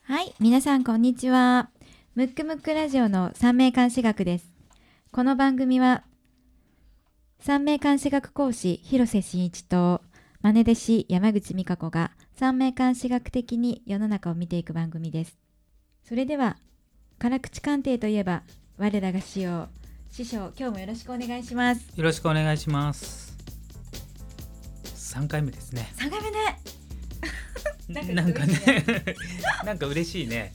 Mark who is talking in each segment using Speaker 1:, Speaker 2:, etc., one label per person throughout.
Speaker 1: はい、皆さんこんにちは。ムックムックラジオの三名監視学です。この番組は三名監視学講師広瀬真一とマネ弟子山口美香子が三名監視学的に世の中を見ていく番組です。それでは辛口鑑定といえば我らが師匠、今日もよろしくお願いします。
Speaker 2: よろしくお願いします。3回目ですね。
Speaker 1: 3回目ね
Speaker 2: なんかねなんか嬉しいね、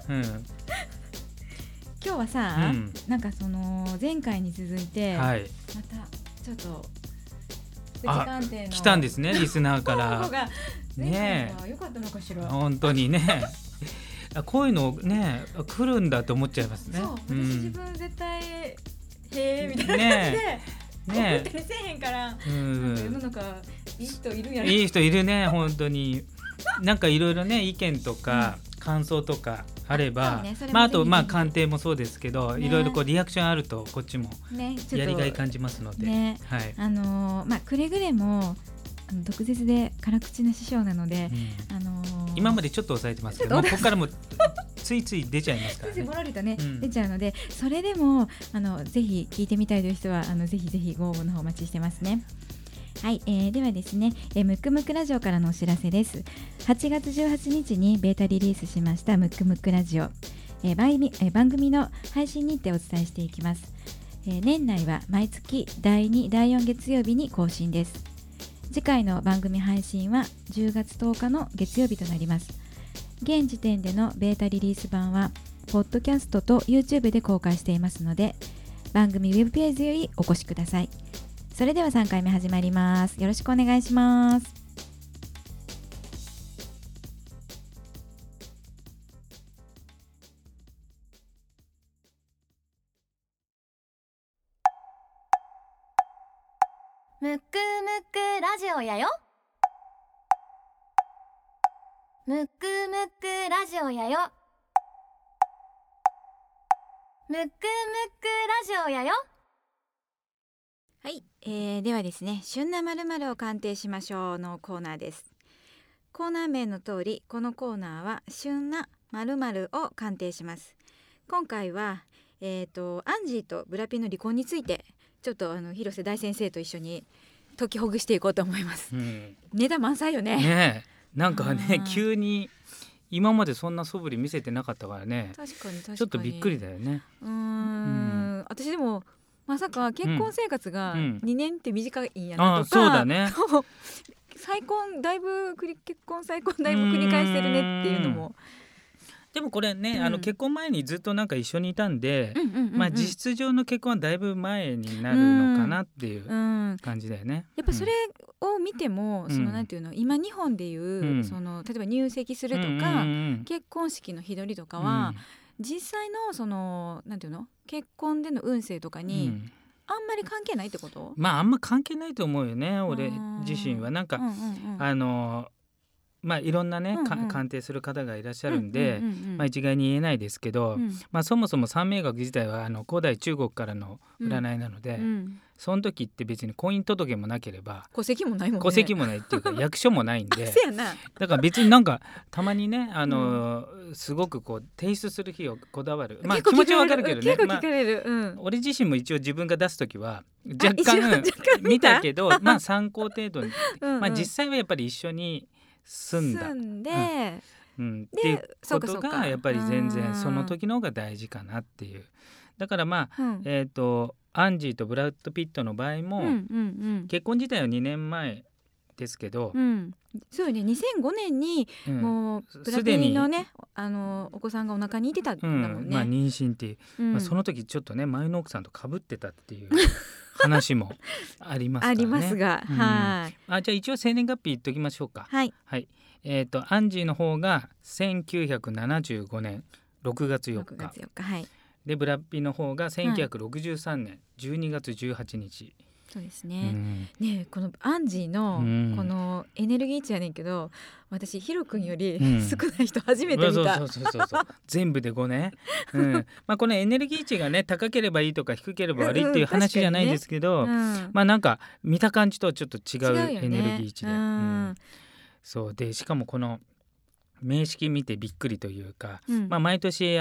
Speaker 1: 今日はさ、なんかその前回に続いて、またちょっとプチ鑑定の
Speaker 2: 来たんですね、リスナーから
Speaker 1: ねえ、よかったのかしら。
Speaker 2: 本当にねこういうのね来るんだと思っちゃいますね。
Speaker 1: そう、私自分絶対へえみたいな感じで送ったりせえへんから、なんか世の中いい人いるやろ。
Speaker 2: いい人いるね、本当に。なんかいろいろね意見とか感想とかあれば、あと鑑定もそうですけど、いろいろこうリアクションあるとこっちもやりがい感じますので、
Speaker 1: くれぐれも毒舌で辛口な師匠なので、
Speaker 2: 今までちょっと抑えてますけど、もうここからもついつい出ちゃいますからね。
Speaker 1: ボロリとね、出ちゃうので、それでもぜひ聞いてみたいという人はぜひぜひご応募の方お待ちしてますね。はい、ではですね、ムックムックラジオからのお知らせです。8月18日にベータリリースしましたムックムックラジオ、番組の配信日程をお伝えしていきます。年内は毎月第2、第4月曜日に更新です。次回の番組配信は10月10日の月曜日となります。現時点でのベータリリース版はポッドキャストと YouTube で公開していますので、番組ウェブページよりお越しください。それでは3回目始まります。よろしくお願いします。
Speaker 3: ムックムックラジオやよ。ムックムックラジオやよ。ムックムックラジオやよ。
Speaker 1: はい、ではですね、旬な〇〇を鑑定しましょうのコーナーです。コーナー名の通り、このコーナーは旬な〇〇を鑑定します。今回は、アンジーとブラピの離婚についてちょっと広瀬大先生と一緒に解きほぐしていこうと思います。ネタ満載よね。
Speaker 2: ねえ、なんかね急に今までそんな素振り見せてなかったからね。
Speaker 1: 確かに
Speaker 2: ちょっとびっくりだよね。
Speaker 1: 私でもまさか結婚生活が2年って短いんやなとか、
Speaker 2: そうだね
Speaker 1: 結婚だいぶ繰り返してるねっていうのも。
Speaker 2: でもこれね、結婚前にずっとなんか一緒にいたんで、実質上の結婚はだいぶ前になるのかなっていう感じだよね。
Speaker 1: やっぱそれを見ても、なんていうの、今日本でいう、例えば入籍するとか、結婚式の日取りとかは、実際のなんていうの、結婚での運勢とかにあんまり関係ないってこと？
Speaker 2: あんま関係ないと思うよね、俺自身は。なんかいろんなね、鑑定する方がいらっしゃるんで、一概に言えないですけど、そもそも三名学自体は古代中国からの占いなので、その時って別に婚姻届もなければ
Speaker 1: 戸籍もないもんね。
Speaker 2: 戸籍もないっていうか役所もないんで
Speaker 1: そうやな。
Speaker 2: だから別になんかたまにねすごくこう提出する日をこだわる、気持ちはわかるけどね。
Speaker 1: 結構聞かれる、
Speaker 2: 俺自身も一応自分が出す時は若干見たけど参考程度に実際はやっぱり一緒に住んで、っていうことがやっぱり全然その時の方が大事かなっていう。だからアンジーとブラッド・ピットの場合も、結婚自体は2年前ですけど、
Speaker 1: そうよね、2005年にもうブラッド・ピットのねお子さんがお腹にいてたんだもんね。
Speaker 2: 妊娠っていう、その時ちょっとね前の奥さんと被ってたっていう話もありますからね。
Speaker 1: ありますが、
Speaker 2: じゃあ一応生年月日言っときましょうか。
Speaker 1: はい、
Speaker 2: アンジーの方が1975年6月4日、でブラピの方が1963年12月18日。
Speaker 1: そうですね。ね、このアンジーのこのエネルギー値やねんけど、私ヒロ君より少ない人初めて見た。
Speaker 2: そう全部で5ね。このエネルギー値がね高ければいいとか低ければ悪いっていう話じゃないですけど、なんか見た感じとはちょっと違うエネルギー値で、そうでしかもこの名式見てびっくりというか、
Speaker 1: うん
Speaker 2: 毎年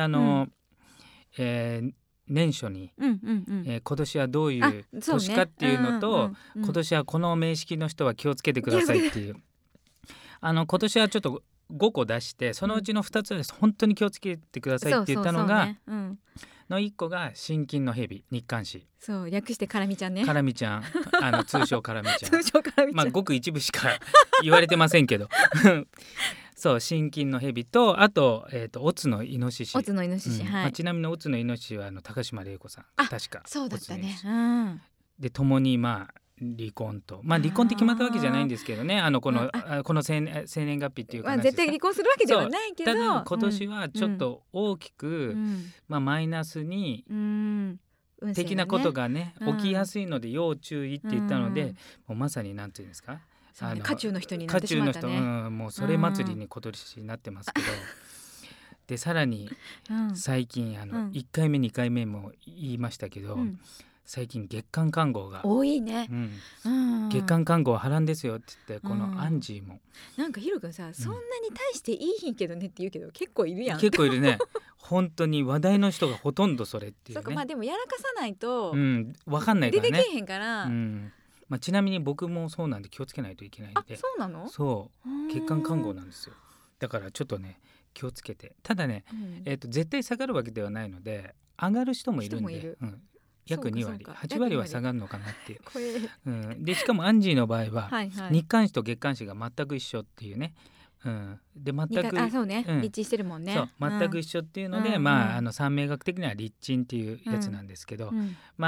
Speaker 2: 年初に、今年はどういう年かっていうのと、今年はこの名式の人は気をつけてくださいっていう今年はちょっと5個出して、そのうちの2つは本当に気をつけてくださいって言ったのが、の1個が心筋の蛇、日刊誌、
Speaker 1: そう略してカラミちゃんね。
Speaker 2: カラミちゃん通称カラミちゃん
Speaker 1: 通称カラミちゃん、
Speaker 2: ごく一部しか言われてませんけどそう心筋の蛇と、あと、オツのイノシシ、
Speaker 1: オツのイノシシ、はい。
Speaker 2: ちなみにオツのイノシシは高島玲子さんが確か
Speaker 1: そうだったね。
Speaker 2: で共に離婚と、離婚って決まったわけじゃないんですけどね、この生年月日っていう話ですか。
Speaker 1: 絶対離婚するわけではないけど、
Speaker 2: ただ今年はちょっと大きく、マイナスに、的なことがね、起きやすいので要注意って言ったので、もうまさになんていうんですか、
Speaker 1: 渦中の人になってしまったね。
Speaker 2: もうそれ祭りに今年なってますけどでさらに最近1回目2回目も言いましたけど、最近月間看護が
Speaker 1: 多いね、
Speaker 2: 月間看護は波乱ですよって言って、このアンジーも
Speaker 1: なんかヒロ君さ、そんなに大していい日けどねって言うけど結構いるやん。
Speaker 2: 結構いるね本当に話題の人がほとんどそれっていうね。
Speaker 1: そこでもやらかさないと、
Speaker 2: 分かんないからね、
Speaker 1: 出てけえへんから、
Speaker 2: ちなみに僕もそうなんで気をつけないといけないんで。
Speaker 1: そうなの？
Speaker 2: そう月間看護なんですよ。だからちょっとね気をつけて、ただね、絶対下がるわけではないので上がる人もいるんで、約2割8割は下がるのかなっていう、でしかもアンジーの場合は日刊誌と月刊誌が全く一緒っていうね、で全く
Speaker 1: そうね、立地してるもんね。
Speaker 2: そう全く一緒っていうので、三名学的には立鎮っていうやつなんですけど、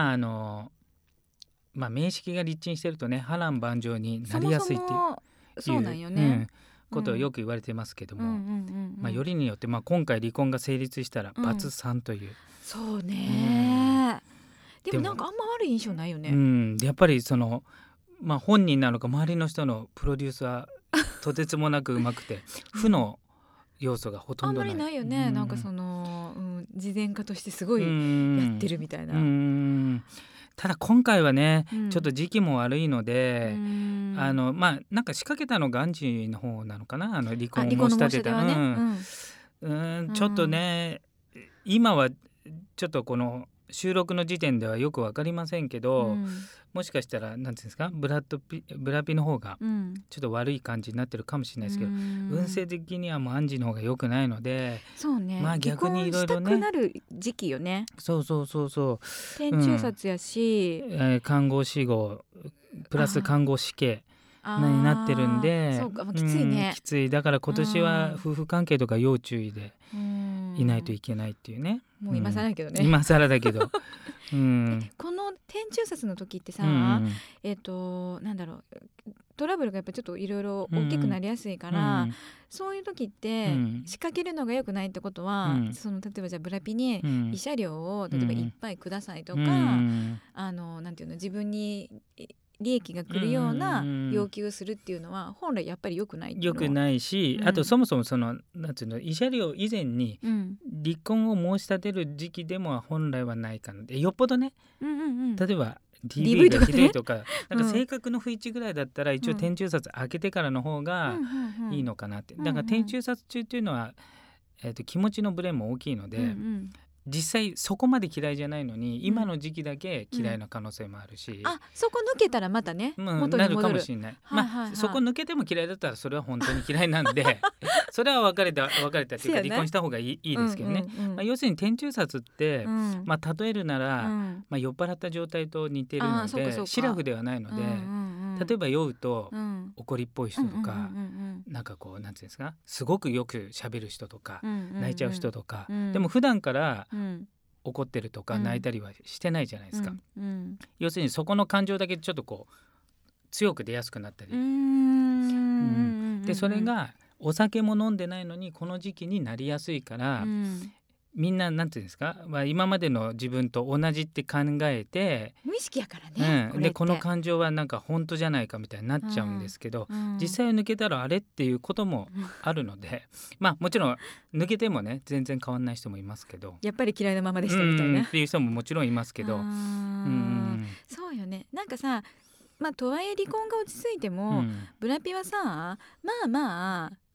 Speaker 2: 名式が立鎮してるとね波乱万丈になりやすいっていう
Speaker 1: そうなんよね、
Speaker 2: ことをよく言われてますけども、よりによって今回離婚が成立したらバツ3という、
Speaker 1: そうね、でもなんかあんま悪い印象ないよね。
Speaker 2: やっぱり本人なのか周りの人のプロデュースはとてつもなくうまくて負の要素がほとんどない。
Speaker 1: あんまりないよね、なんか事前化としてすごいやってるみたいな。
Speaker 2: ただ今回はね、ちょっと時期も悪いので、なんか仕掛けたのがアンジーの方なのかな、離婚を申し立てた。ちょっとね今はちょっとこの収録の時点ではよく分かりませんけど、もしかしたらなんていうんですか、ブラピの方がちょっと悪い感じになってるかもしれないですけど、運勢的にはもうアンジーの方が良くないので、
Speaker 1: そうね、
Speaker 2: 逆にいろいろね、
Speaker 1: 離婚したくなる時期よね。
Speaker 2: そう
Speaker 1: 天中殺やし、
Speaker 2: 看護師号プラス看護師系になってるんで、
Speaker 1: そうか、きついね、
Speaker 2: きつい。だから今年は夫婦関係とか要注意でいないといけないっていうね。
Speaker 1: もう今更だけどね、
Speaker 2: 今更だけど
Speaker 1: この天中殺の時ってさ、なんだろう、トラブルがやっぱちょっといろいろ大きくなりやすいから、そういう時って仕掛けるのが良くないってことは、例えばじゃあブラピに慰謝料を例えばいっぱいくださいとか、なんていうの、自分に利益が来るような要求をするっていうのは本来やっぱり良くないっていうのは
Speaker 2: 良くないし、あとそもそもなんていうの、慰謝料以前に離婚を申し立てる時期でも本来はないかなで、よっぽどね、例えば DV がひどいとか、なんか性格の不一致ぐらいだったら一応天中殺開けてからの方がいいのかなって。だから天中殺中っていうのは、気持ちのブレも大きいので、実際そこまで嫌いじゃないのに今の時期だけ嫌いな可能性もあるし、
Speaker 1: そこ抜けたらまたね、元に戻る
Speaker 2: なるかもしれない。そこ抜けても嫌いだったらそれは本当に嫌いなんでそれは別れたっていうか離婚した方がいいですけどね。要するに天中殺って、例えるなら、酔っ払った状態と似てるのでシラフではないので、例えば酔うと怒りっぽい人とか、なんかこうなんていうんですか、すごくよく喋る人とか、泣いちゃう人とか、でも普段から怒ってるとか泣いたりはしてないじゃないですか。要するにそこの感情だけちょっとこう強く出やすくなったり、でそれがお酒も飲んでないのにこの時期になりやすいから、みんななんていうんですか、今までの自分と同じって考えて
Speaker 1: 無意識やからね、
Speaker 2: でこの感情はなんか本当じゃないかみたいになっちゃうんですけど、実際抜けたらあれっていうこともあるので、もちろん抜けてもね全然変わんない人もいますけど、
Speaker 1: やっぱり嫌いなままでしたみたいな、
Speaker 2: っていう人ももちろんいますけど、
Speaker 1: そうよね。なんかさ、とはいえ離婚が落ち着いても、ブラピはさ、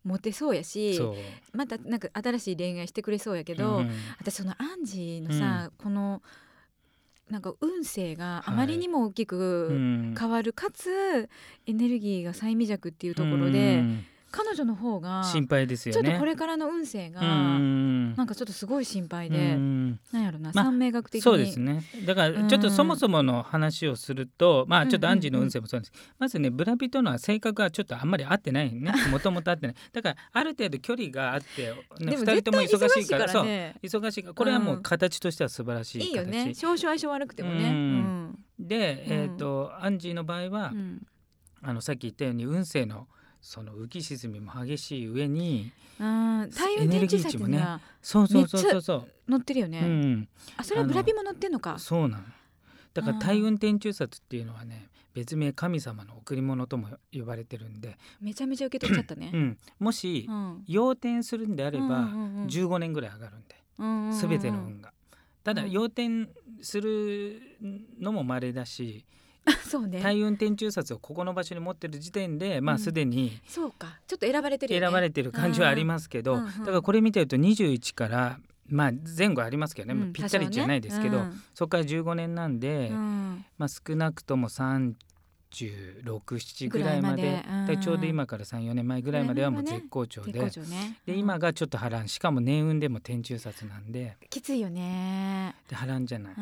Speaker 1: モテそうやし、またなんか新しい恋愛してくれそうやけど、私そのアンジーのさ、このなんか運勢があまりにも大きく変わる、かつエネルギーが催眠弱っていうところで、彼女の方が
Speaker 2: 心配ですよね。
Speaker 1: ちょっとこれからの運勢がなんかちょっとすごい心配で、なんやろな、三名学的に、
Speaker 2: そうですね。だからちょっとそもそもの話をすると、ちょっとアンジーの運勢もそうです。まずね、ブラピとのは性格がちょっとあんまり合ってないね。もともと合ってない。だからある程度距離があって、2人とも忙しいから、そう忙しいから、これはもう形としては素晴らしい形。いいよね。
Speaker 1: 少々相性悪くてもね。
Speaker 2: で、アンジーの場合は、さっき言ったように運勢のその浮き沈みも激しい上に、
Speaker 1: 太陽天中差っていうのは
Speaker 2: そう
Speaker 1: 乗ってるよね。それはブラピも乗ってんのか。
Speaker 2: そうなの。だから大運天中殺っていうのはね、別名神様の贈り物とも呼ばれてるんで、
Speaker 1: めちゃめちゃ受け取っちゃったね。
Speaker 2: もし陽天するんであれば15年ぐらい上がるんで、全ての運が。ただ陽天するのも稀だし、
Speaker 1: そうね、
Speaker 2: 大運天中殺をここの場所に持ってる時点で、すでに
Speaker 1: そうか、ちょっと選ばれてるよね。
Speaker 2: 選ばれてる感じはありますけど、だからこれ見てると21から前後ありますけどね、ぴったりじゃないですけど、そこから15年なんで、少なくとも36、7ぐらいまで、ちょうど今から3、4年前ぐらいまではもう絶好調で、今がちょっと波乱、しかも年運でも天中殺なんで
Speaker 1: きついよね。
Speaker 2: で波乱じゃない。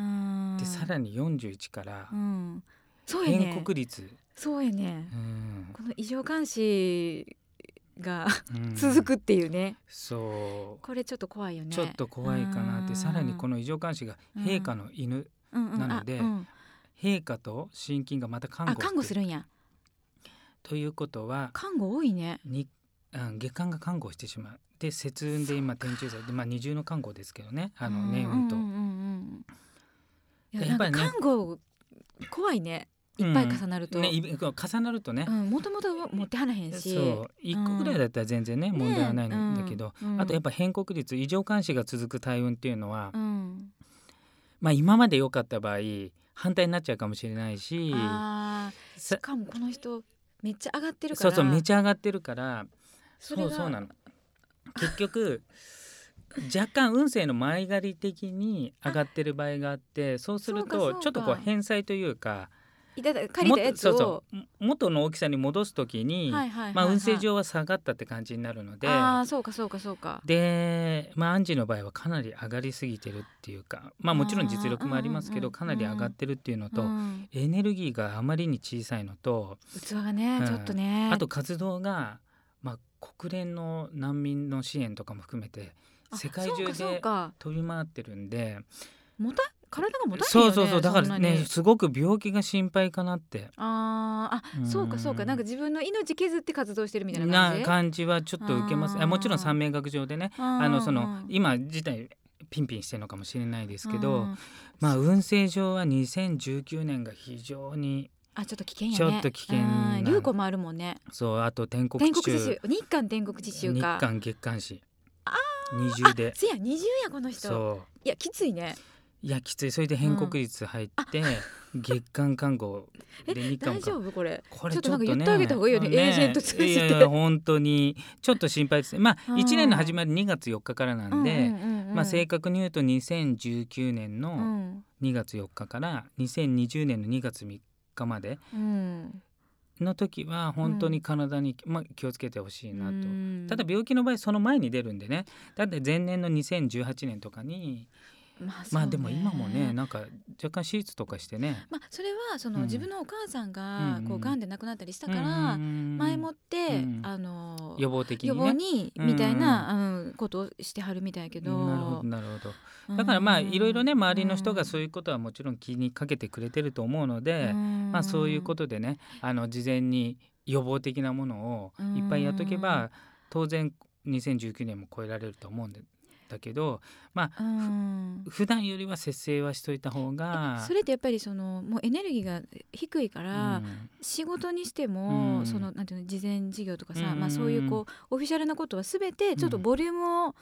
Speaker 2: でさらに41から
Speaker 1: 変
Speaker 2: 国率、
Speaker 1: そうやね、この異常監視が続くっていうね。そうこれちょっと怖いよね。
Speaker 2: ちょっと怖いかなって。さらにこの異常監視が陛下の犬なので、陛下と親近がまた看護
Speaker 1: するんや。
Speaker 2: ということは
Speaker 1: 看護多いね。
Speaker 2: 月間が看護してしまう。で節運で今天中殺で、二重の看護ですけどね、年運と。
Speaker 1: やっぱりね、看護怖いね。いっぱい重なると、
Speaker 2: 重なるとね、
Speaker 1: もともと持ってはらへんし、
Speaker 2: そう1個ぐらいだったら全然ね、問題はないんだけど、あとやっぱ変国率、異常監視が続く大運っていうのは、今まで良かった場合反対になっちゃうかもしれないし、
Speaker 1: しかもこの人めっちゃ上がってるから、
Speaker 2: めっちゃ上がってるから、そうなの。結局若干運勢の前借り的に上がってる場合があって、そうするとちょっとこう返済というか、
Speaker 1: 借りたやつを
Speaker 2: 元の大きさに戻すときに、運勢上は下がったって感じになるので、
Speaker 1: そうか
Speaker 2: で、アンジーの場合はかなり上がりすぎてるっていうか、もちろん実力もありますけど、かなり上がってるっていうのと、エネルギーがあまりに小さいのと、
Speaker 1: 器がね、ちょっとね、
Speaker 2: あと活動が、国連の難民の支援とかも含めて世界中で飛び回ってるんで、
Speaker 1: 体が持たないよね。
Speaker 2: そうだからね、すごく病気が心配かなって。
Speaker 1: そうか、なんか自分の命削って活動してるみたいな
Speaker 2: 感じはちょっと受けます。もちろん三名学上でね、今自体ピンピンしてるのかもしれないですけど、運勢上は2019年が非常に
Speaker 1: ちょっと危険やね。
Speaker 2: ちょっと危険な。
Speaker 1: 流行もあるもんね。
Speaker 2: そう、あと天国地周、
Speaker 1: 日韓天国地周か、
Speaker 2: 日韓月間視二重で、
Speaker 1: 二重やこの人。そう、いやきついね。
Speaker 2: いやきつい。それで変国率入って、月間看護で日韓
Speaker 1: 大丈夫これ
Speaker 2: ちょっ
Speaker 1: となんか言ってあげた方がいいよね。エージェント通じて。
Speaker 2: いや本当にちょっと心配ですね。1年の始まり2月4日からなんで、正確に言うと2019年の2月4日から2020年の2月3日までの時は本当に体に気をつけてほしいなと。ただ病気の場合その前に出るんでね。だって前年の2018年とかにでも今もね、なんか若干手術とかしてね、
Speaker 1: それはその自分のお母さんががんで亡くなったりしたから、前もって
Speaker 2: 予防的にね、
Speaker 1: 予防にみたいなことをしてはるみたいやけど、
Speaker 2: なるほど。だからいろいろね、周りの人がそういうことはもちろん気にかけてくれてると思うので、そういうことでね、事前に予防的なものをいっぱいやっとけば、当然2019年も超えられると思うんでだけど、普段よりは節制はしといた方が。
Speaker 1: それってやっぱりもうエネルギーが低いから、仕事にしても、なんていうの、事前事業とかさ、そういうオフィシャルなことは全てちょっとボリュームを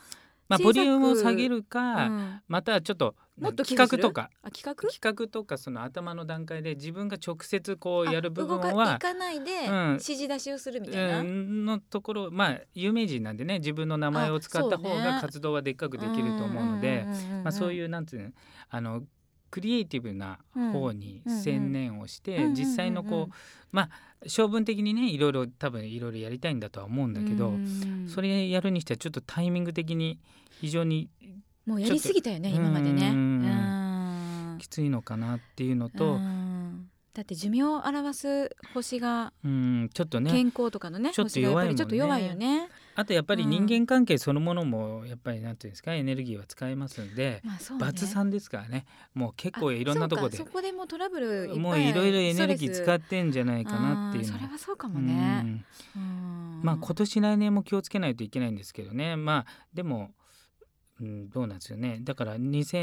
Speaker 2: ボリュームを下げるか、またはちょっと企画とかその頭の段階で自分が直接こうやる部分は
Speaker 1: 動かないで指示出しをするみたいな、
Speaker 2: のところ、有名人なんでね、自分の名前を使った方が活動はでっかくできると思うので、そういうなんていうの、クリエイティブな方に専念をして、実際のこう性分的にねいろいろやりたいんだとは思うんだけど、それやるにしてはちょっとタイミング的に非常に
Speaker 1: もうやりすぎたよね今までね。
Speaker 2: きついのかなっていうのと、
Speaker 1: だって寿命を表す星が
Speaker 2: ちょっとね
Speaker 1: 健康とかのね
Speaker 2: ちょっと弱いもんね。
Speaker 1: 星がやっぱりちょっと弱いよね。
Speaker 2: あとやっぱり人間関係そのものもやっぱりなんていうんですか、エネルギーは使えますんで、バツ3ですからね、もう結構いろんなところで
Speaker 1: そこでもうトラブルいっぱい、
Speaker 2: もういろいろエネルギー使ってんじゃないかなっていうの。
Speaker 1: それはそうかもね。
Speaker 2: 今年来年も気をつけないといけないんですけどね。でもどうなんですよね。だから今年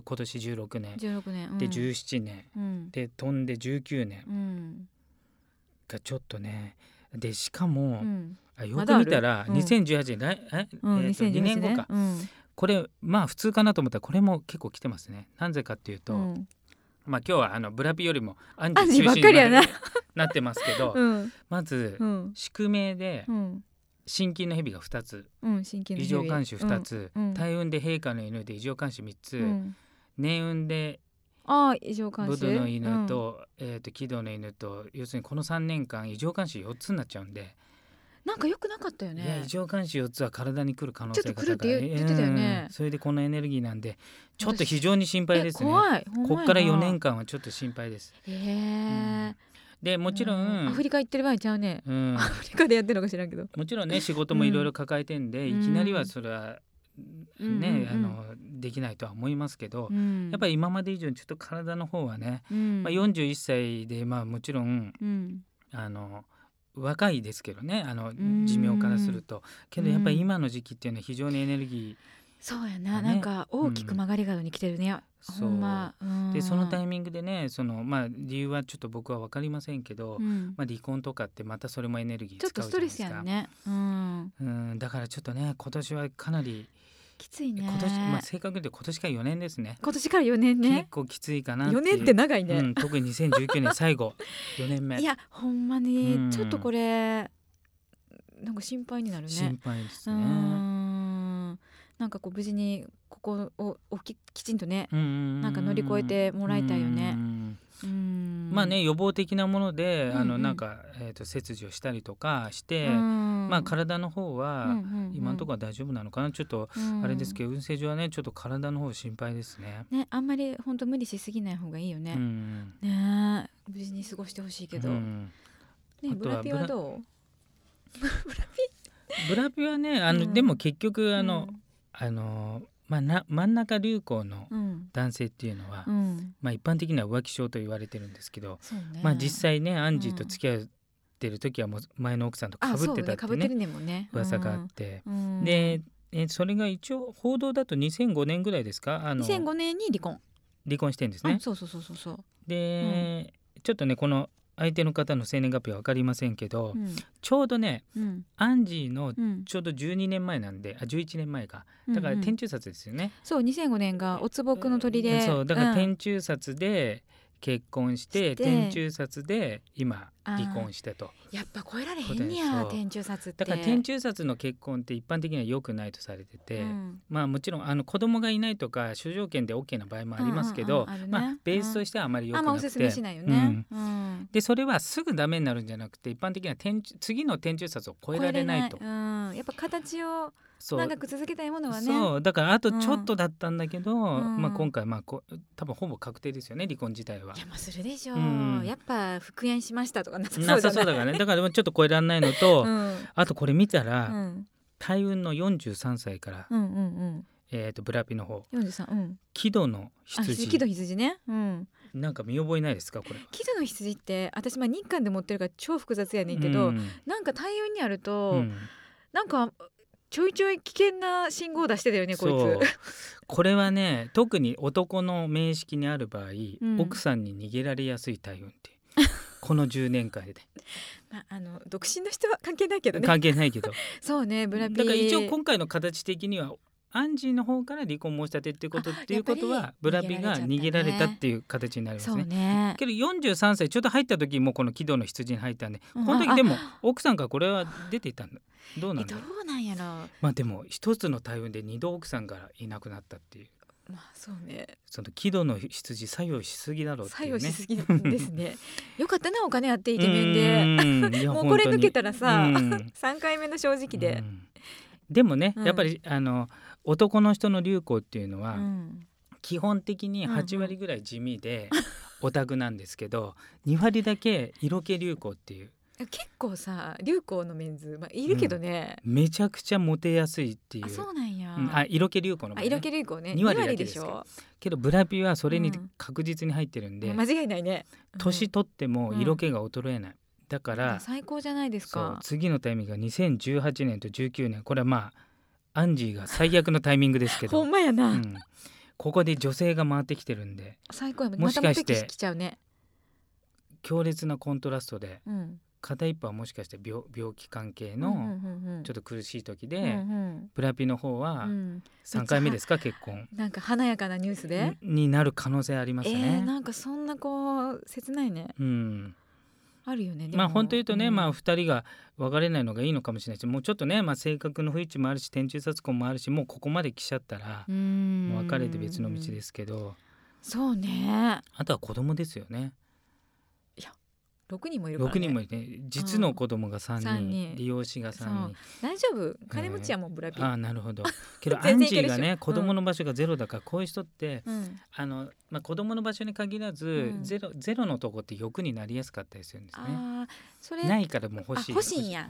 Speaker 2: 16年で17年、で飛んで19年がちょっとね、でしかも、よく見たら2018年、2年後か、これ普通かなと思ったらこれも結構来てますね。なぜかっていうと、今日はブラピよりもアンジ中心になってますけど、まず宿命で心筋の蛇が2つ、異常干渉2つ、大運で陛下の犬で異常干渉3つ、年運でブドの犬と、木戸の犬と、要するにこの3年間異常干渉4つになっちゃうんで、
Speaker 1: なんか良くなかったよね。
Speaker 2: いや、異常干渉4つは体に来る可能性が高い。
Speaker 1: ちょっと来るって言ってたよね。
Speaker 2: それでこのエネルギーなんでちょっと非常に心配ですね。
Speaker 1: 怖い
Speaker 2: こっから4年間はちょっと心配です。でもちろん
Speaker 1: アフリカ行ってる場合ちゃうね、アフリカでやってるのか知らんけど、
Speaker 2: もちろんね仕事もいろいろ抱えてんで、いきなりはそれはね、できないとは思いますけど、やっぱり今まで以上にちょっと体の方はね、41歳でもちろん、若いですけどね、寿命からすると、けどやっぱり今の時期っていうのは非常にエネルギー、
Speaker 1: そうやな、なんか大きく曲がり角に来てるね、ほんま。
Speaker 2: でそのタイミングでね、理由はちょっと僕は分かりませんけど、離婚とかってまたそれもエネルギー使うじゃないですか。
Speaker 1: ちょっとストレスやんね。
Speaker 2: だからちょっとね、今年はかなり
Speaker 1: きついね。
Speaker 2: 今年、正確に言うと今年から4年ですね。
Speaker 1: 今年から4年ね。
Speaker 2: 結構きついかなっていう。
Speaker 1: 4年って長いね。
Speaker 2: 特に2019年最後4年目。
Speaker 1: いやほんまにちょっとこれなんか心配になるね。
Speaker 2: 心配ですね。
Speaker 1: なんかこう無事にここをきちんとね、なんか乗り越えてもらいたいよね。予防的なものでなんか切除したりとかして、体の方は今のところは大丈夫なのかな。ちょっとあれですけど、運勢上はねちょっと体の方心配ですね。 あんまり本当無理しすぎない方がいいよね。ね、無事に過ごしてほしいけど。ね、ブラピはどう？
Speaker 2: ブラピはねでも結局真ん中流行の男性っていうのは、一般的には浮気症と言われてるんですけど、実際ねアンジーと付き合ってる時はもう前の奥さんと被ってたってね噂があって、でそれが一応報道だと2005年ぐらいですか、
Speaker 1: 2005年に離婚して
Speaker 2: るんですね。
Speaker 1: そう
Speaker 2: で、ちょっとねこの相手の方の生年月日は分かりませんけど、ちょうどね、アンジーのちょうど12年前なんで、11年前か、だから天中殺ですよね。
Speaker 1: そう、2005年がおつぼくの鳥で、
Speaker 2: そうだから天中殺で結婚して、天中殺で今離婚してと。
Speaker 1: やっぱ超えられへんねや、天中殺って。
Speaker 2: だから天中殺の結婚って一般的には良くないとされてて、もちろん子供がいないとか諸条件で OK な場合もありますけど、ベースとしてはあまり良くなくて、
Speaker 1: おすすめしないよね。
Speaker 2: でそれはすぐダメになるんじゃなくて、一般的には次の天中殺を超えられないと。
Speaker 1: やっぱ形を長く続けたいものはね。
Speaker 2: そうだからあとちょっとだったんだけど、今回多分ほぼ確定ですよね、離婚自体は。
Speaker 1: いやするでしょう、やっぱ復縁しましたとかなさ
Speaker 2: そうだからね。だからちょっと超えられないのと、あとこれ見たら、大運の43歳から、ブラピの方木戸の羊。
Speaker 1: 木戸羊ね。
Speaker 2: なんか見覚えないですかこれ。
Speaker 1: 木戸の羊って私日韓で持ってるから超複雑やねんけど、なんか大運にあると、なんかちょいちょい危険な信号を出してたよねこいつ。
Speaker 2: これはね、特に男の名式にある場合、奥さんに逃げられやすい大運ってこの10年間で
Speaker 1: 独身の人は関係ないけどね。
Speaker 2: 関係ないけど
Speaker 1: そうね、ブラピ
Speaker 2: だから一応今回の形的にはアンジーの方から離婚申し立てっていうことはブラピが逃げられたっていう形になりますね。
Speaker 1: そうね。
Speaker 2: けど43歳ちょうど入った時もこの木戸の羊に入ったんで、この時でも奥さんからこれは出ていたんだ。どうなんだろう。
Speaker 1: どうなんやろ。
Speaker 2: まあでも一つの大運で2度奥さんがいなくなったっていう。
Speaker 1: まあそうね。
Speaker 2: その木戸の羊作用しすぎだろうっていうね。
Speaker 1: 作用しすぎですね。よかったな、お金あってイケメンでもうこれ抜けたらさ3回目の正直で。
Speaker 2: でもね、やっぱり男の人の流行っていうのは、基本的に8割ぐらい地味でオタクなんですけど、2割だけ色気流行っていう。
Speaker 1: 結構さ流行のメンズ、いるけどね、
Speaker 2: めちゃくちゃモテやすいっていう。
Speaker 1: そうなんや、
Speaker 2: 色気流行の場合ね、
Speaker 1: 色気流行ね、
Speaker 2: 2割だけですけど、けどブラピはそれに確実に入ってるんで、
Speaker 1: 間違いないね、
Speaker 2: 年取っても色気が衰えない、だから
Speaker 1: 最高じゃないですか。
Speaker 2: 次のタイミングが2018年と19年、これはアンジーが最悪のタイミングですけど
Speaker 1: ほんまやな、
Speaker 2: ここで女性が回ってきてるんで、
Speaker 1: 最高や。
Speaker 2: もしかして
Speaker 1: 来ちゃうね、
Speaker 2: 強烈なコントラストで、片一方はもしかして病気関係のちょっと苦しい時で、ブラピの方は3回目ですか、結婚
Speaker 1: なんか華やかなニュースで
Speaker 2: になる可能性ありますね。
Speaker 1: なんかそんな切ないね、あるよね。
Speaker 2: 本当言うとね、2人が別れないのがいいのかもしれないし、もうちょっとね、性格の不一致もあるし、天中殺婚もあるし、もうここまで来ちゃったらもう別れて別の道ですけど、
Speaker 1: そうね。
Speaker 2: あとは子供ですよね。
Speaker 1: いや6人もいるからね。
Speaker 2: 6人もいて、実の子供が3人、利用子が3人。
Speaker 1: 大丈夫、金持ちはもうブラピ。
Speaker 2: なるほど。けどアンジーがね、子供の場所がゼロだから、こういう人って、子供の場所に限らず、ゼロのとこって欲になりやすかったりするんですね。
Speaker 1: それ
Speaker 2: ないからもう欲しい。
Speaker 1: 欲しいんや。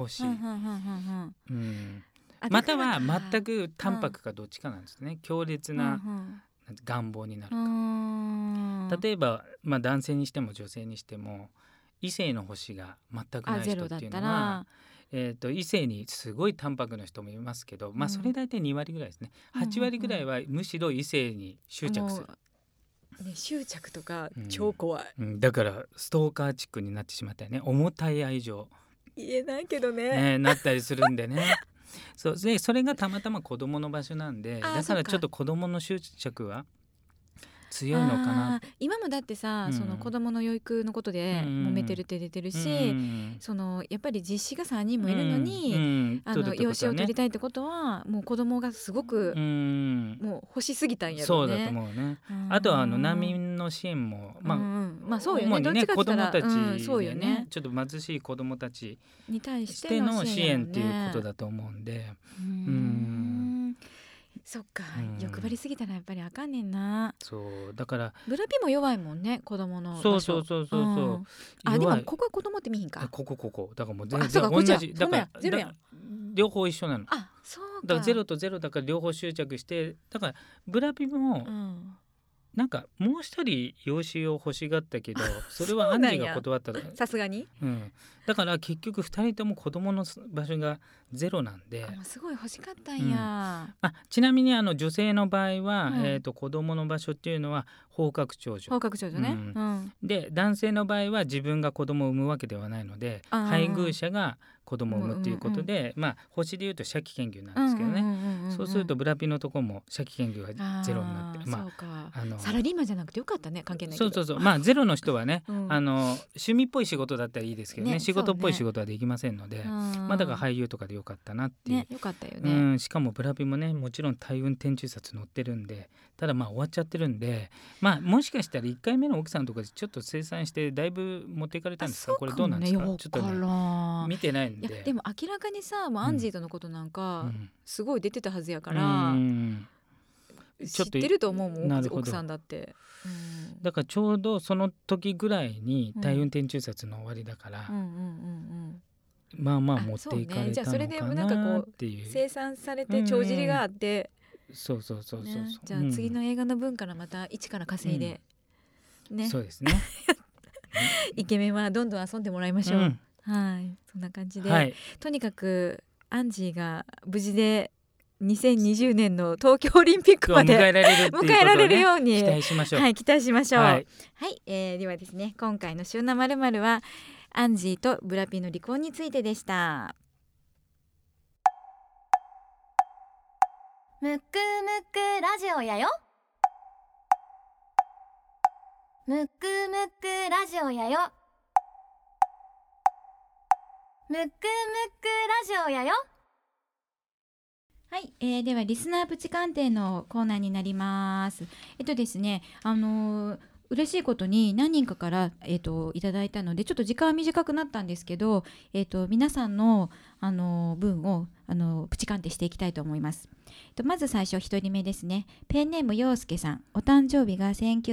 Speaker 2: または全く淡白かどっちかなんですね。強烈な願望になるか。例えば、男性にしても女性にしても、異性の星が全くない人っていうのは、異性にすごい淡白な人もいますけど、それ大体2割ぐらいですね。8割ぐらいはむしろ異性に執着する。
Speaker 1: 執着とか超怖い、
Speaker 2: だからストーカーチックになってしまったよね。重たい愛情
Speaker 1: 言えないけどね
Speaker 2: なったりするんでねそうで、それがたまたま子供の場所なんで、だからちょっと子供の執着は強いのかな。
Speaker 1: 今もだってさ、その子供の養育のことで揉めてるって出てるし、そのやっぱり実子が3人もいるのに、養子を取りたいってことは、もう子供がすごくもう欲しすぎたんやろうね。
Speaker 2: そうだと思うね。あとは難民の支援も、
Speaker 1: そうよね、
Speaker 2: 主にね、子供たち
Speaker 1: そうよね、
Speaker 2: ちょっと貧しい子供たち
Speaker 1: に対し
Speaker 2: ての支援っていうことだと思うんで、
Speaker 1: そっか、欲張りすぎたらやっぱりあかんねんな。
Speaker 2: そうだから
Speaker 1: ブラピも弱いもんね、子供の
Speaker 2: 場所。そう
Speaker 1: でもここは子供って見ひんか。
Speaker 2: ここだからもう全然同じ。だから
Speaker 1: ゼロやん。
Speaker 2: 両方一緒なの。
Speaker 1: そうか。
Speaker 2: だからゼロとゼロだから両方執着して、だからブラピもなんかもう一人養子を欲しがったけど、それはアンジーが断った
Speaker 1: さすがに、
Speaker 2: だから結局2人とも子供の場所がゼロなんで、
Speaker 1: すごい欲しかったんや。
Speaker 2: ちなみに女性の場合は、子供の場所っていうのは放課長女。
Speaker 1: 放課長女ね、
Speaker 2: で男性の場合は自分が子供を産むわけではないので、配偶者が子供を産むっていうことで、星でいうと借金権牛なんですけどね、そうするとブラピのとこも借金権牛がゼロになって、
Speaker 1: そうか、サラリーマンじゃなくてよかったね、関係ないけど。
Speaker 2: そうゼロの人はね、趣味っぽい仕事だったらいいですけどね、仕事っぽい仕事はできませんので、だから俳優とかでよかったなっていう、
Speaker 1: よかったよね。
Speaker 2: しかもブラピもね、もちろん大運天中殺載ってるんで、ただ終わっちゃってるんで、もしかしたら1回目の奥さんとかでちょっと清算してだいぶ持っていかれたんですか。これどうなんですか。ちょっとね見てないんで。
Speaker 1: でも明らかにさ、アンジーとのことなんかすごい出てたはずやから、知ってると思うもん、奥さんだって。
Speaker 2: だからちょうどその時ぐらいに大運天中殺の終わりだから、持っていかれたのかなっていう。
Speaker 1: じゃあそれでなんかこう清算されて帳尻があって、
Speaker 2: そう
Speaker 1: じゃあ次の映画の分からまた一から稼いで、
Speaker 2: そうですね
Speaker 1: イケメンはどんどん遊んでもらいましょう。そんな感じで、とにかくアンジーが無事で2020年の東京オリンピックまで迎えられるように
Speaker 2: 期待しましょう。
Speaker 1: 期待しましょう。ではですね、今回の週な〇〇はアンジーとブラピの離婚についてでした。
Speaker 3: むくむくラジオやよ。むくむくラジオやよ。むくむくラジオやよ。
Speaker 1: はい、ではリスナープチ鑑定のコーナーになります。ですね、嬉しいことに何人かから、いただいたのでちょっと時間は短くなったんですけど、皆さんの、分をプチ鑑定していきたいと思います。まず最初1人目ですね。ペンネーム陽介さん、お誕生日が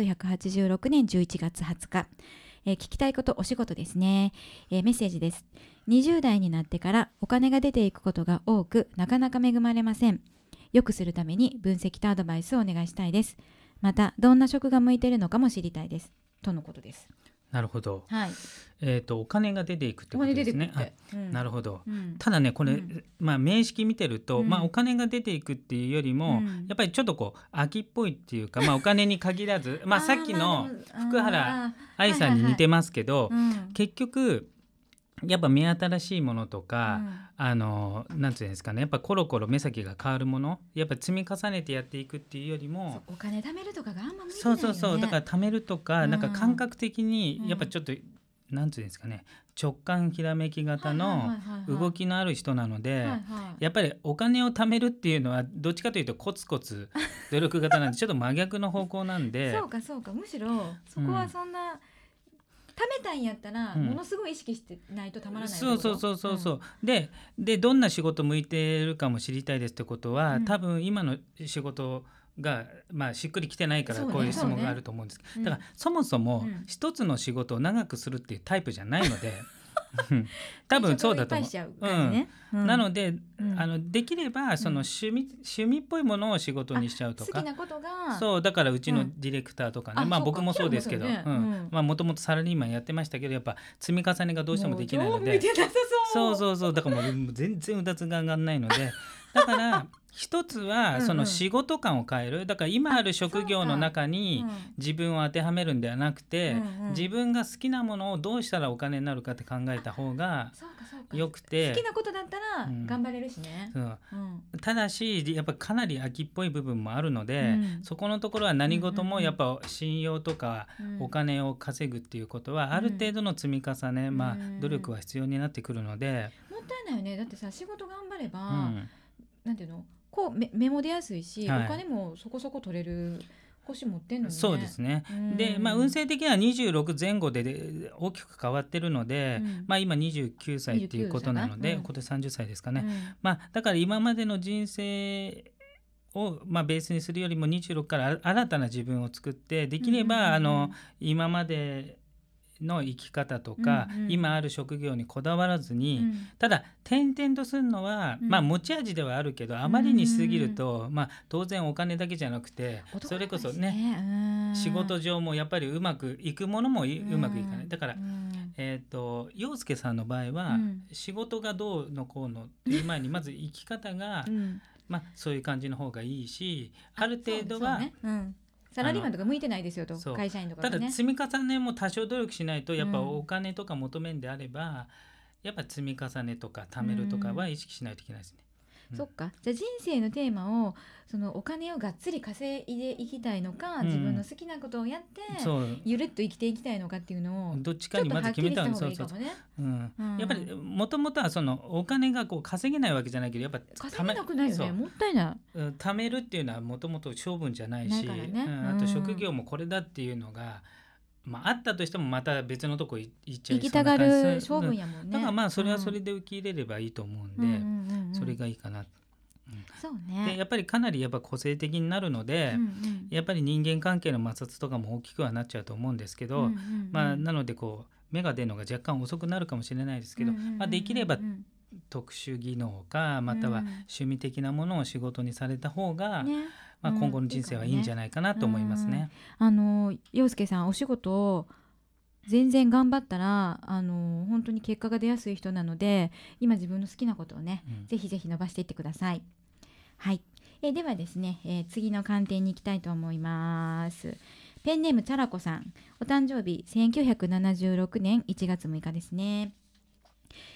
Speaker 1: 1986年11月20日。聞きたいこと、お仕事ですね。メッセージです。20代になってからお金が出ていくことが多く、なかなか恵まれません。良くするために分析とアドバイスをお願いしたいです。またどんな職が向いているのかも知りたいですとのことです。
Speaker 2: なるほど、
Speaker 1: はい。
Speaker 2: お金が出ていくってことですね。なるほど、ただねこれ、名式見てると、お金が出ていくっていうよりも、やっぱりちょっとこう秋っぽいっていうか、お金に限らずさっきの福原愛さんに似てますけど、結局やっぱ目新しいものとか、なんていうんですかね、やっぱコロコロ目先が変わるもの、やっぱ積み重ねてやっていくっていうよりも、
Speaker 1: お金貯めるとかがあんま向いてないよね。
Speaker 2: そうだから貯めるとか、なんか感覚的にやっぱちょっと、なんていうんですかね、直感ひらめき型の動きのある人なので、やっぱりお金を貯めるっていうのはどっちかというとコツコツ努力型なんでちょっと真逆の方向なんで
Speaker 1: そうかむしろそこはそんな、貯めたんやったら、ものすごい意識してないとたまらない。
Speaker 2: そう、でどんな仕事向いてるかも知りたいですってことは、多分今の仕事が、しっくりきてないからこういう質問があると思うんですけど、だからそもそも一つの仕事を長くするっていうタイプじゃないので多分そうだと思う。なので、できればその趣味っぽいものを仕事にしちゃうとか、
Speaker 1: 好きなことが、
Speaker 2: そうだからうちのディレクターとかね、僕もそうですけど、もともとサラリーマンやってましたけど、やっぱ積み重ねがどうしてもできないので、そうだからもう全然うだつが上がんないので、だから一つはその仕事感を変える。だから今ある職業の中に自分を当てはめるんではなくて、自分が好きなものをどうしたらお金になるかって考えた方がよくて、
Speaker 1: 好きなことだったら頑張れるしね。
Speaker 2: ただしやっぱかなり秋っぽい部分もあるので、そこのところは何事もやっぱ信用とかお金を稼ぐっていうことはある程度の積み重ね、努力は必要になってくるので。
Speaker 1: もったいないよね。だってさ、仕事頑張れば、なんていうの、こうメモ出やすいし、お金もそこそこ取れる星持ってんのね。
Speaker 2: そうですね。で、運勢的には26前後で大きく変わってるので、今29歳っていうことなので、今年30歳ですかね。だから今までの人生をベースにするよりも26から新たな自分を作って、できれば今までの生き方とか、今ある職業にこだわらずに、ただ転々とするのは、持ち味ではあるけど、あまりにしすぎると、当然お金だけじゃなくて、それこそね、仕事上もやっぱりうまくいくものもうまくいかない。だから陽介さんの場合は、仕事がどうのこうのっていう前にまず生き方が、そういう感じの方がいいし、ある程度は
Speaker 1: サラリーマンとか向いてないですよと、会社員とかね。
Speaker 2: ただ積み重ねも多少努力しないと、やっぱお金とか求めんであれば、やっぱ積み重ねとか貯めるとかは意識しないといけないですね。
Speaker 1: そっか。じゃあ人生のテーマを、そのお金をがっつり稼いでいきたいのか、自分の好きなことをやってゆるっと生きていきたいのかっていうのを
Speaker 2: どっちかにまず決めた方がいいかもね。やっぱりもともとはそのお金がこう稼げないわけじゃないけど、やっぱ
Speaker 1: 稼げなくないよね。もったいない。
Speaker 2: 貯めるっていうのはもともと勝負じゃないし、あと職業もこれだっていうのがあったとしてもまた別のとこ行っちゃいそうな感じ。
Speaker 1: 行きたがる勝負やもんね。
Speaker 2: だからそれはそれで受け入れればいいと思うんで、それがいいかな。
Speaker 1: そうね。
Speaker 2: でやっぱりかなりやっぱ個性的になるので、やっぱり人間関係の摩擦とかも大きくはなっちゃうと思うんですけど、なのでこう芽が出るのが若干遅くなるかもしれないですけど、できれば特殊技能か、または趣味的なものを仕事にされた方が、今後の人生はいいんじゃないかなと思いますね。
Speaker 1: 陽介さん、お仕事を全然頑張ったら本当に結果が出やすい人なので、今自分の好きなことをね、ぜひぜひ伸ばしていってください。はい。ではですね、次の鑑定に行きたいと思います。ペンネームチャラコさん、お誕生日1976年1月6日ですね。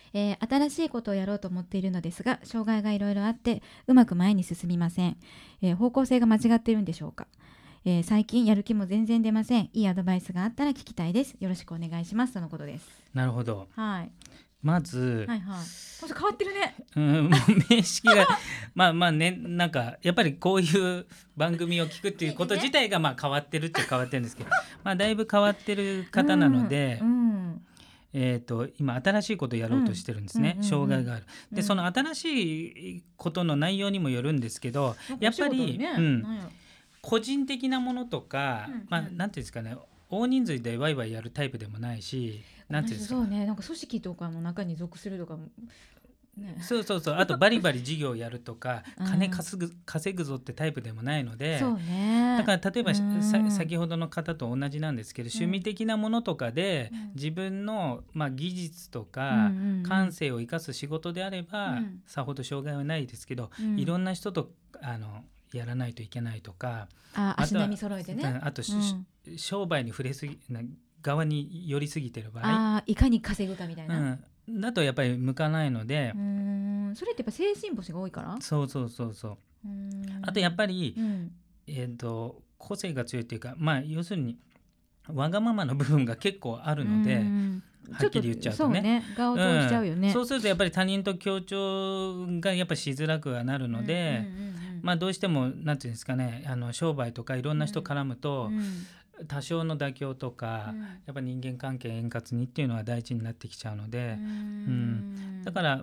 Speaker 1: 新しいことをやろうと思っているのですが、障害がいろいろあってうまく前に進みません。方向性が間違っているんでしょうか。最近やる気も全然出ません。いいアドバイスがあったら聞きたいです。よろしくお願いしますとのことです。
Speaker 2: なるほど。
Speaker 1: はい。
Speaker 2: まず、
Speaker 1: はいはい、変わってるね。
Speaker 2: 名式がまあね、なんかやっぱりこういう番組を聞くっていうこと自体がまあ変わってるっちゃ変わってるんですけどまあだいぶ変わってる方なので、今新しいことをやろうとしてるんですね、障害がある。でその新しいことの内容にもよるんですけど、やっぱり、個人的なものとか、なんていうんですかね、大人数でワイワイやるタイプでもないし、なんていうんですか、
Speaker 1: そうね、なんか組織とかの中に属するとかも、ね、
Speaker 2: そうあとバリバリ事業やるとか金稼ぐぞってタイプでもないので、
Speaker 1: そうね、
Speaker 2: だから例えば先ほどの方と同じなんですけど、趣味的なものとかで、自分の、技術とか、感性を生かす仕事であれば、さほど障害はないですけど、いろんな人とやらないといけないとか、
Speaker 1: 足並み揃えてね、
Speaker 2: あと、商売に触れすぎ側に寄りすぎてる場合、
Speaker 1: いかに稼ぐかみたいな、
Speaker 2: だとやっぱり向かないので、
Speaker 1: それってやっぱ精神星が多いから。
Speaker 2: そうあとやっぱり、個性が強いっていうか、要するにわがままの部分が結構あるので、はっきり言っちゃうとね、
Speaker 1: 顔を通しちゃうよね、
Speaker 2: そうするとやっぱり他人と協調がやっぱしづらくはなるので、どうしてもなんていうんですかね、商売とかいろんな人絡むと、多少の妥協とか、やっぱ人間関係円滑にっていうのは大事になってきちゃうので、だから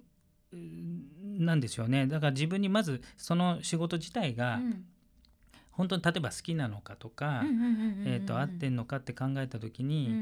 Speaker 2: なんでしょうね、だから自分にまずその仕事自体が、本当に例えば好きなのかとか、合ってんのかって考えた時に、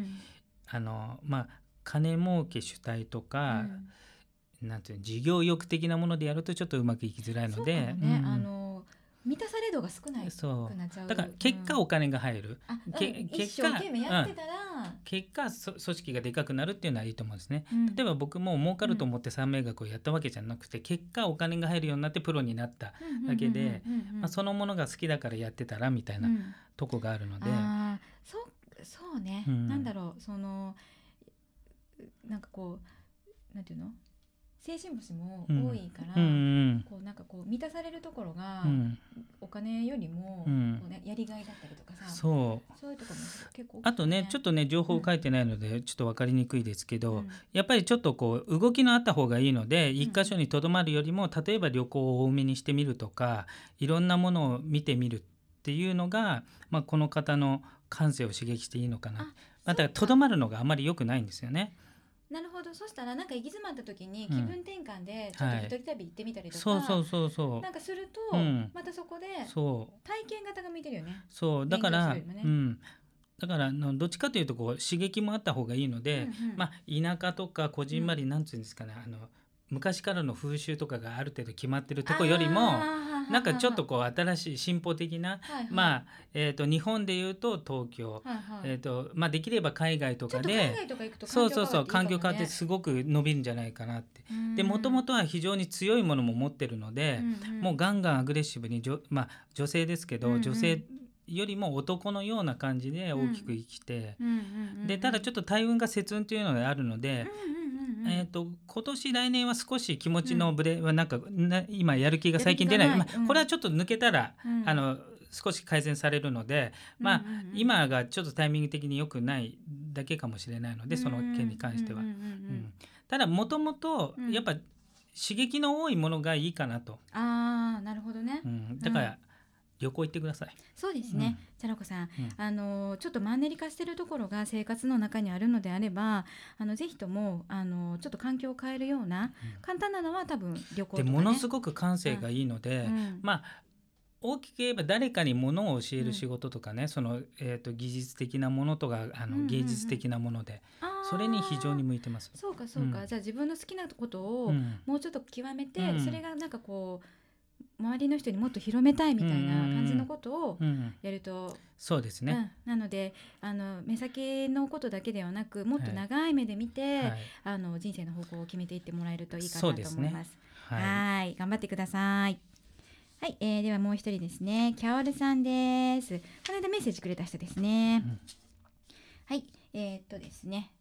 Speaker 2: 金儲け主体とか、なんていう事業欲的なものでやるとちょっとうまくいきづらいので、
Speaker 1: 満たされ度が少ないくなっちゃう。
Speaker 2: だから結果お金が入る、
Speaker 1: 一生懸命やってたら、
Speaker 2: 結果組織がでかくなるっていうのはいいと思うんですね、例えば僕も儲かると思って三名学をやったわけじゃなくて、結果お金が入るようになってプロになっただけで、そのものが好きだからやってたらみたいなとこがあるので、
Speaker 1: そうね、なんだろう、そのなんかこうなんていうの、精神星も多いから、こうなんかこう満たされるところが、お金よりもこう、やりがいだったりとかさ、そういうところも結構大きいね。
Speaker 2: あとね、ちょっとね情報書いてないのでちょっと分かりにくいですけど、やっぱりちょっとこう動きのあった方がいいので、一箇所にとどまるよりも例えば旅行を多めにしてみるとか、いろんなものを見てみるっていうのが、この方の感性を刺激していいのかな。だからとどまるのがあまり良くないんですよね。
Speaker 1: なるほど。そしたらなんか行き詰まった時に気分転換でちょっと一人旅行ってみたりとか、なんかすると、またそこで体験型が向いてるよね。
Speaker 2: そうだから、だからどっちかというとこう刺激もあった方がいいので、田舎とかこじんまりなんていうんですかね、昔からの風習とかがある程度決まってるとこよりも、なんかちょっとこう新しい進歩的な、日本でいうと東京、できれば海外とかで、環境変わってすごく伸びるんじゃないかなって。でもともとは非常に強いものも持ってるので、もうガンガンアグレッシブに女性ですけど、女性よりも男のような感じで大きく生きて、でただちょっと大運が節運というのがあるので、今年来年は少し気持ちのブレはなんか今やる気が最近出ない、これはちょっと抜けたら、少し改善されるので、今がちょっとタイミング的に良くないだけかもしれないので、その件に関しては、ただもともとやっぱ刺激の多いものがいいかなと。
Speaker 1: なるほどね、
Speaker 2: だから、旅行行ってください。
Speaker 1: そうですね、チャラコさん、ちょっとマンネリ化してるところが生活の中にあるのであれば、ぜひともちょっと環境を変えるような、簡単なのは多分旅行とかね。
Speaker 2: でものすごく感性がいいので、大きく言えば誰かにものを教える仕事とかね、その、技術的なものとか芸術的なもので、それに非常に向いてます。
Speaker 1: そうか、じゃあ自分の好きなことをもうちょっと極めて、それがなんかこう周りの人にもっと広めたいみたいな感じのことをやると、
Speaker 2: そうですね、
Speaker 1: なので目先のことだけではなく、もっと長い目で見て、人生の方向を決めていってもらえるといいかなと思います。はい、頑張ってください。はい、ではもう一人ですね、キャオルさんです。この間メッセージくれた人ですね。はい、ですね、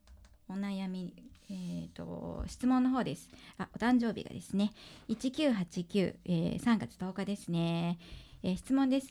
Speaker 1: お悩み、質問の方です。お誕生日がですね1989、3月10日ですね。質問です。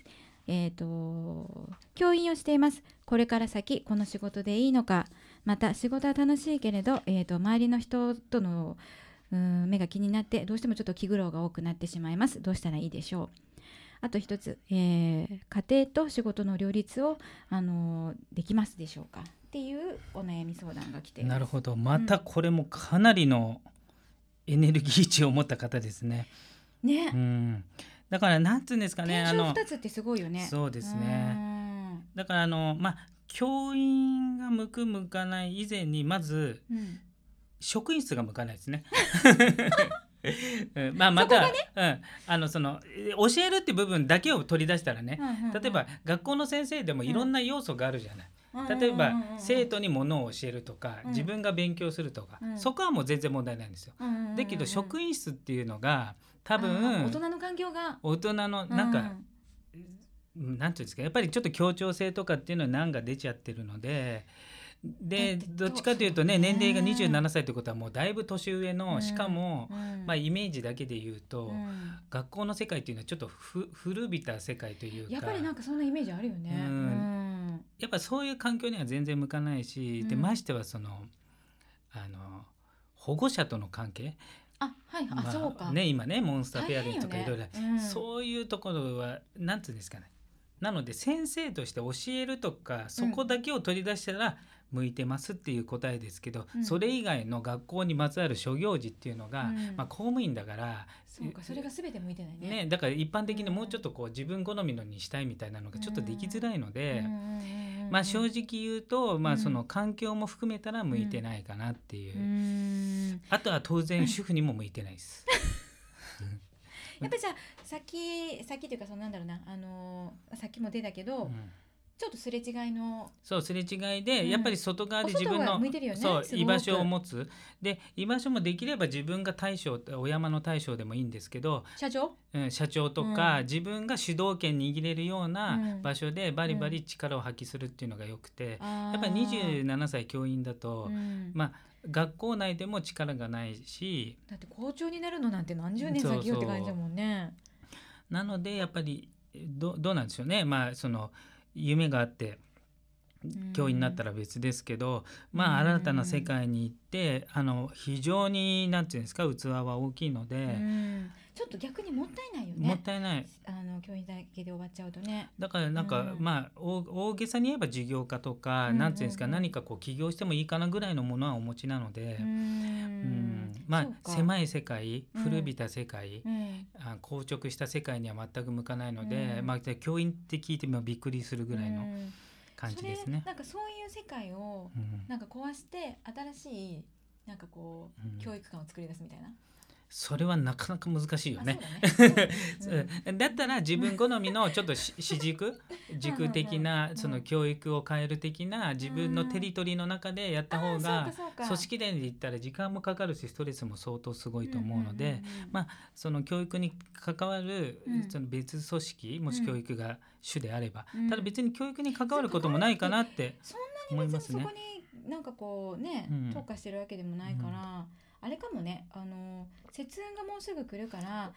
Speaker 1: 教員をしています。これから先この仕事でいいのか、また仕事は楽しいけれど、周りの人との目が気になってどうしてもちょっと気苦労が多くなってしまいます。どうしたらいいでしょう。あと一つ、家庭と仕事の両立を、できますでしょうかっていうお悩み相談が来ています。
Speaker 2: なるほど。またこれもかなりのエネルギー値を持った方ですね。
Speaker 1: ね、
Speaker 2: だからなんつうんですかね、
Speaker 1: 天正2つってすごいよね。
Speaker 2: そうですね。だから教員が向く向かない以前にまず、職員室が向かないですね。また、その教えるって部分だけを取り出したらね、例えば学校の先生でもいろんな要素があるじゃない。例えば生徒にものを教えるとか、自分が勉強するとか、そこはもう全然問題ないんですよ。だけど職員室っていうのが多分
Speaker 1: 大人の環境が
Speaker 2: 大人のなんか、なんていうんですか、やっぱりちょっと協調性とかっていうのは難が出ちゃってるので。どっちかというとね、年齢が27歳ということはもうだいぶ年上の、しかも、イメージだけで言うと、学校の世界というのはちょっと古びた世界というか、
Speaker 1: やっぱりなんかそんなイメージあるよね。
Speaker 2: やっぱそういう環境には全然向かないし、でましてはその保護者との関係、
Speaker 1: そうか
Speaker 2: ね、今ねモンスターペアレントとかいろいろ、そういうところはなんていうんですかね、なので先生として教えるとかそこだけを取り出したら向いてますっていう答えですけど、それ以外の学校にまつわる諸行事っていうのが、公務員だから、
Speaker 1: そうか、それが全て向いてないね。
Speaker 2: だから一般的にもうちょっとこう自分好みのにしたいみたいなのがちょっとできづらいので、正直言うと、その環境も含めたら向いてないかなっていう、あとは当然主婦にも向いてないです。
Speaker 1: やっぱりじゃあ先というか、なんだろうな、さっきも出たけど、ちょっとすれ違いの、
Speaker 2: そうすれ違いで、やっぱり外側で自分の、居場所を持つ。で居場所もできれば自分が大将、お山の大将でもいいんですけど、
Speaker 1: 社長
Speaker 2: とか、自分が主導権握れるような場所でバリバリ力を発揮するっていうのがよくて、やっぱり27歳教員だと、学校内でも力がないし、
Speaker 1: だって校長になるのなんて何十年先よって感じだもんね。
Speaker 2: なのでやっぱりどうなんでしょうね。その夢があって教員になったら別ですけど、新たな世界に行って非常になんていうんですか、器は大きいので、
Speaker 1: ちょっと逆にもったいないよね。
Speaker 2: もったいない。
Speaker 1: 教員だけで終わっちゃうとね。
Speaker 2: だからなんか、大げさに言えば事業家とか、なんていうんですか、何かこう起業してもいいかなぐらいのものはお持ちなので、狭い世界、古びた世界、硬直した世界には全く向かないので、教員って聞いてもびっくりするぐらいの感じですね。
Speaker 1: なんかそういう世界をなんか壊して新しいなんかこう、教育観を作り出すみたいな。
Speaker 2: それはなかなか難しいよね。だったら自分好みのちょっと軸的なその教育を変える的な自分のテリトリーの中でやった方が、組織連で言ったら時間もかかるしストレスも相当すごいと思うので、その教育に関わるその別組織、もし教育が主であれば、ただ別に教育に関わることもないかなって思いますね。
Speaker 1: そんなに別にそこになんかこうね、特化してるわけでもないから、あれかもね、節運がもうすぐ来るから、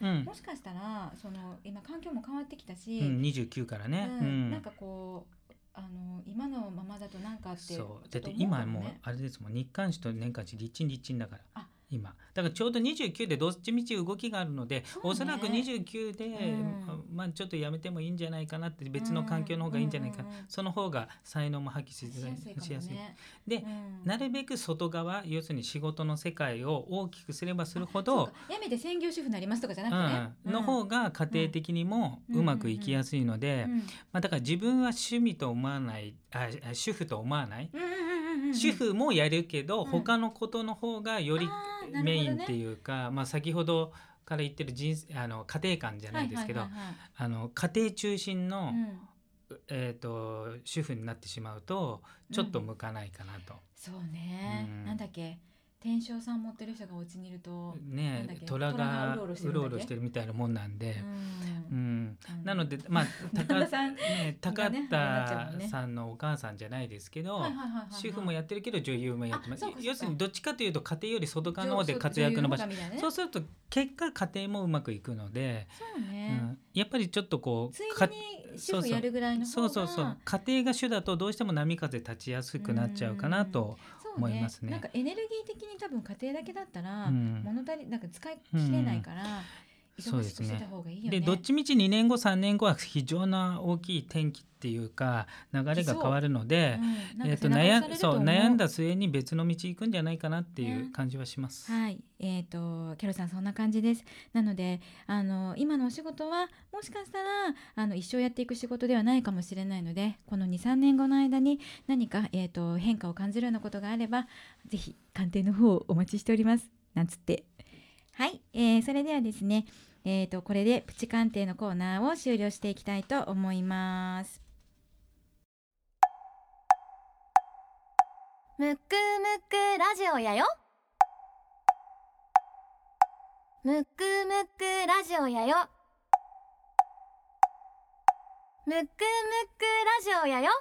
Speaker 1: もしかしたらその今環境も変わってきたし、
Speaker 2: 29からね、
Speaker 1: なんかこう今のままだとなんかって、
Speaker 2: そうだって今もうあれですもん、日刊誌と年刊誌立地だから。今だからちょうど29でどっちみち動きがあるので、おそらく29で、ちょっとやめてもいいんじゃないかなって、別の環境の方がいいんじゃないか、その方が才能も発揮しやすい。で、なるべく外側、要するに仕事の世界を大きくすればするほど、
Speaker 1: やめて専業主婦になりますとかじゃなくてね、
Speaker 2: の方が家庭的にもうまくいきやすいので、だから自分は趣味と思わない、主婦と思わない、主婦もやるけど、他のことの方がよりメインっていうか、先ほどから言ってる家庭観じゃないですけど、家庭中心の、主婦になってしまうとちょっと向かないかなと。
Speaker 1: そうね、なんだっけ、 天正さん持ってる人がお家にいると
Speaker 2: ね、虎がうろうろしてるみたいなもんなんで、なので高畑さんのお母さんじゃないですけど、主婦もやってるけど女優もやってます。要するにどっちかというと家庭より外側の方で活躍の場所、そうすると結果家庭もうまくいくので、やっぱりちょっとこう
Speaker 1: ついでに主婦やるぐらいの方が、
Speaker 2: 家庭が主だとどうしても波風立ちやすくなっちゃうかなと思いますね。
Speaker 1: なんかエネルギー的に多分家庭だけだったら物足りなんか使い切れないから、忙しくしてた方がいいよね。
Speaker 2: でどっちみち2年後3年後は非常な大きい転機っていうか流れが変わるので、悩んだ末に別の道行くんじゃないかなっていう感じはします。
Speaker 1: はい、キャロさんそんな感じです。なので今のお仕事はもしかしたら一生やっていく仕事ではないかもしれないので、この 2,3 年後の間に何か、変化を感じるようなことがあればぜひ鑑定の方をお待ちしておりますなんつって。はい、それではですね、これでプチ鑑定のコーナーを終了していきたいと思います。
Speaker 3: むくむくラジオやよ。むくむくラジオやよ。むくむくラジオやよ。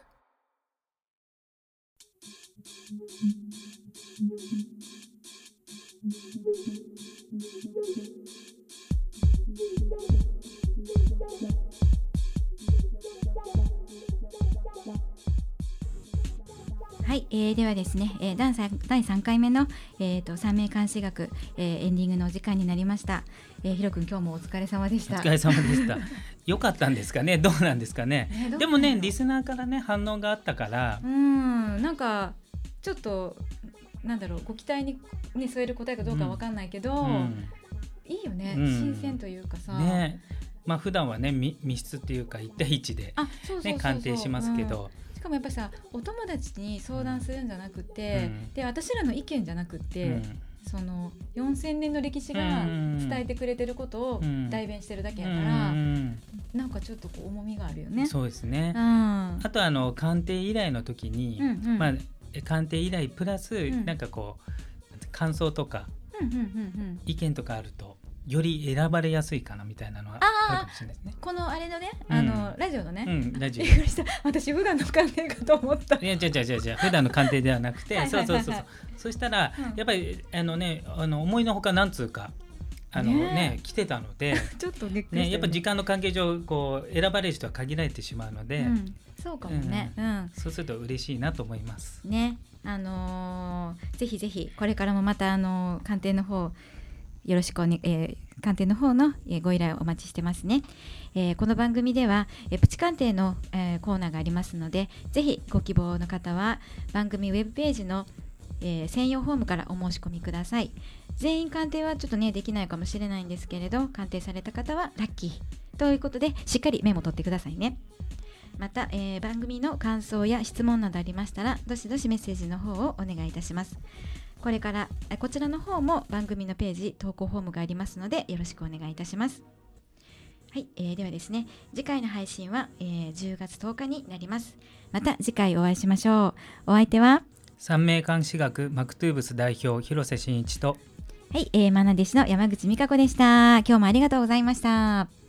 Speaker 1: はい、ではですね、第3回目の、三名監視学、エンディングのお時間になりました。ひろくん今日もお疲れ様でした。
Speaker 2: お疲れ様でした。よかったんですかね、どうなんですかね。でもねリスナーからね反応があったから、
Speaker 1: なんかちょっとなんだろう、ご期待に、ね、添える答えかどうかわかんないけど、いいよね、新鮮というかさ、ね、
Speaker 2: 普段はね密室っていうか1対1で、ね、鑑定しますけど、
Speaker 1: しかもやっぱりさ、お友達に相談するんじゃなくて、で私らの意見じゃなくて、その4000年の歴史が伝えてくれてることを代弁してるだけやから、なんかちょっとこう重みがあるよね。
Speaker 2: そうですね。あと鑑定依頼の時に、鑑定依頼プラス、なんかこう感想とか、意見とかあるとより選ばれやすいかなみたいなのはあるかもしれないですね。
Speaker 1: このあれのね、ラジオのね、
Speaker 2: ラジオ
Speaker 1: 私普段の鑑定かと思った。
Speaker 2: いや違う普段の鑑定ではなくて、そしたら、やっぱり思いのほか何通か来てたので
Speaker 1: ちょっとびっくりしたよね。
Speaker 2: やっぱ時間の関係上こう選ばれる人は限られてしまうので、
Speaker 1: そうかもね、
Speaker 2: そうすると嬉しいなと思います
Speaker 1: ね。ぜひぜひこれからもまた鑑定の方よろしく鑑定の方のご依頼をお待ちしてますね。この番組ではプチ鑑定のコーナーがありますので、ぜひご希望の方は番組ウェブページの専用フォームからお申し込みください。全員鑑定はちょっとねできないかもしれないんですけれど、鑑定された方はラッキーということでしっかりメモ取ってくださいね。また、番組の感想や質問などありましたらどしどしメッセージの方をお願いいたします。これからこちらの方も番組のページ投稿フォームがありますのでよろしくお願いいたします。はい、ではですね、次回の配信は、10月10日になります。また次回お会いしましょう。お相手は
Speaker 2: 三名監視学マクトゥーブス代表広瀬真一と、
Speaker 1: はい、マナ弟子の山口美香子でした。今日もありがとうございました。